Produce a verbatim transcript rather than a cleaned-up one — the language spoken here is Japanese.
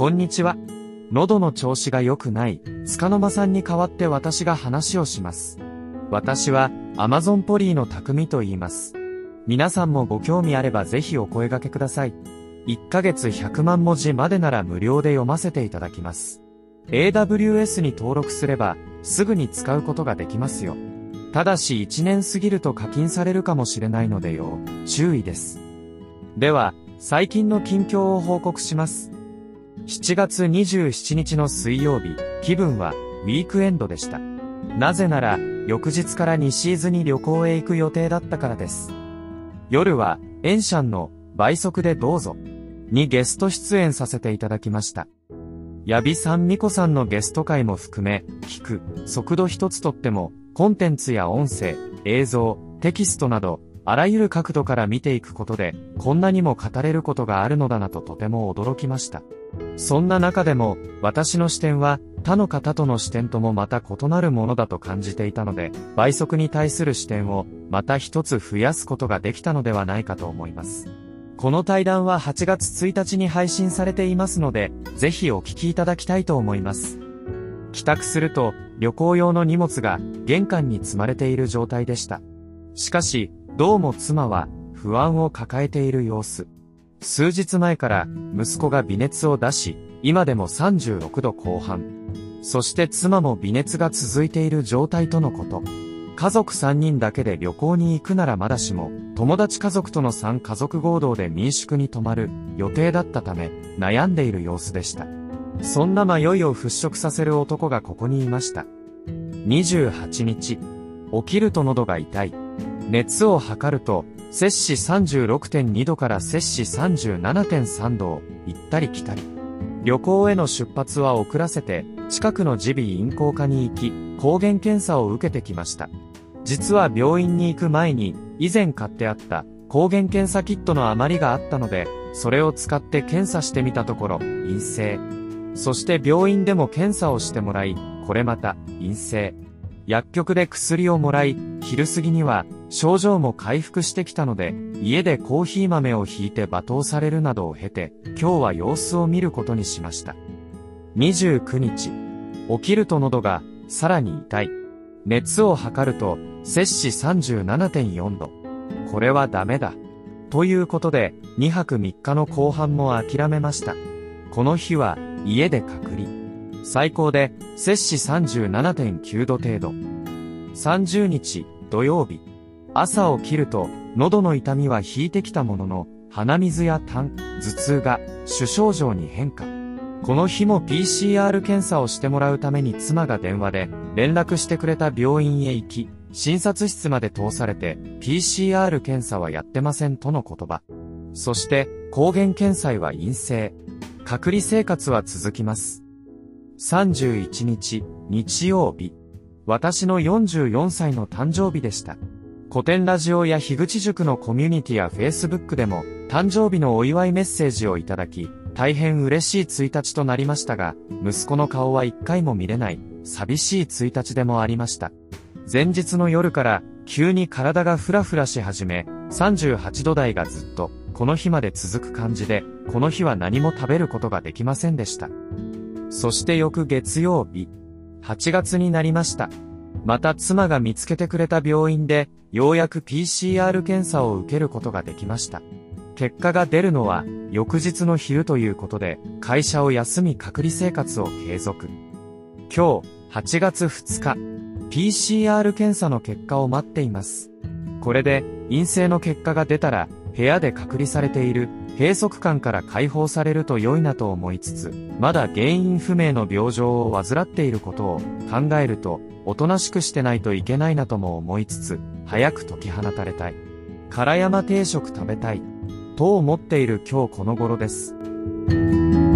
こんにちは。喉の調子が良くない、束の間さんに代わって私が話をします。私は、Amazon ポリーの匠と言います。皆さんもご興味あればぜひお声掛けください。いっかげつひゃくまんもじまでなら無料で読ませていただきます。エーダブリューエス に登録すれば、すぐに使うことができますよ。ただしいちねん過ぎると課金されるかもしれないので要注意です。では、最近の近況を報告します。しちがつにじゅうしちにちの水曜日、気分はウィークエンドでした。なぜなら、翌日から西伊豆に旅行へ行く予定だったからです。夜は、エンシャンの倍速でどうぞにゲスト出演させていただきました。矢部さん、みこさんのゲスト会も含め、聞く速度一つとっても、コンテンツや音声、映像、テキストなど、あらゆる角度から見ていくことで、こんなにも語れることがあるのだなととても驚きました。そんな中でも、私の視点は、他の方との視点ともまた異なるものだと感じていたので、倍速に対する視点を、また一つ増やすことができたのではないかと思います。この対談ははちがつついたちに配信されていますので、ぜひお聞きいただきたいと思います。帰宅すると、旅行用の荷物が玄関に積まれている状態でした。しかし、どうも妻は不安を抱えている様子。数日前から息子が微熱を出し、今でもさんじゅうろくどこう半。そして妻も微熱が続いている状態とのこと。家族さんにんだけで旅行に行くならまだしも、友達家族とのさんかぞく合同で民宿に泊まる予定だったため、悩んでいる様子でした。そんな迷いを払拭させる男がここにいました。にじゅうはちにち、起きると喉が痛い。熱を測ると、摂氏 さんじゅうろくてんにどから摂氏 さんじゅうななてんさんどを行ったり来たり。旅行への出発は遅らせて、近くの耳鼻咽喉科に行き、抗原検査を受けてきました。実は病院に行く前に、以前買ってあった抗原検査キットの余りがあったので、それを使って検査してみたところ、陰性。そして病院でも検査をしてもらい、これまた陰性。薬局で薬をもらい、昼過ぎには症状も回復してきたので、家でコーヒー豆をひいて罵倒されるなどを経て、今日は様子を見ることにしました。にじゅうくにち、起きると喉がさらに痛い。熱を測ると摂氏 さんじゅうななてんよんど。これはダメだ。ということで、にはくみっかの後半も諦めました。この日は家で隔離。最高で摂氏 さんじゅうななてんきゅうど程度。さんじゅうにち土曜日。朝起きると喉の痛みは引いてきたものの、鼻水や痰、頭痛が主症状に変化。この日も ピーシーアール 検査をしてもらうために妻が電話で連絡してくれた病院へ行き、診察室まで通されて ピーシーアール 検査はやってませんとの言葉。そして抗原検査は陰性。隔離生活は続きます。さんじゅういちにち、日曜日。私のよんじゅうよんさいの誕生日でした。古典ラジオや樋口塾のコミュニティや Facebook でも誕生日のお祝いメッセージをいただき、大変嬉しいついたちとなりましたが、息子の顔は一回も見れない、寂しいついたちでもありました。前日の夜から急に体がフラフラし始め、さんじゅうはちどだいがずっとこの日まで続く感じで、この日は何も食べることができませんでした。そして翌月曜日、はちがつになりました。また妻が見つけてくれた病院で、ようやく ピーシーアール 検査を受けることができました。結果が出るのは翌日の昼ということで、会社を休み隔離生活を継続。今日、はちがつふつか、ピーシーアール 検査の結果を待っています。これで陰性の結果が出たら、部屋で隔離されている閉塞感から解放されると良いなと思いつつ、まだ原因不明の病状を患っていることを考えると、おとなしくしてないといけないなとも思いつつ、早く解き放たれたい。唐山定食食べたい。と思っている今日この頃です。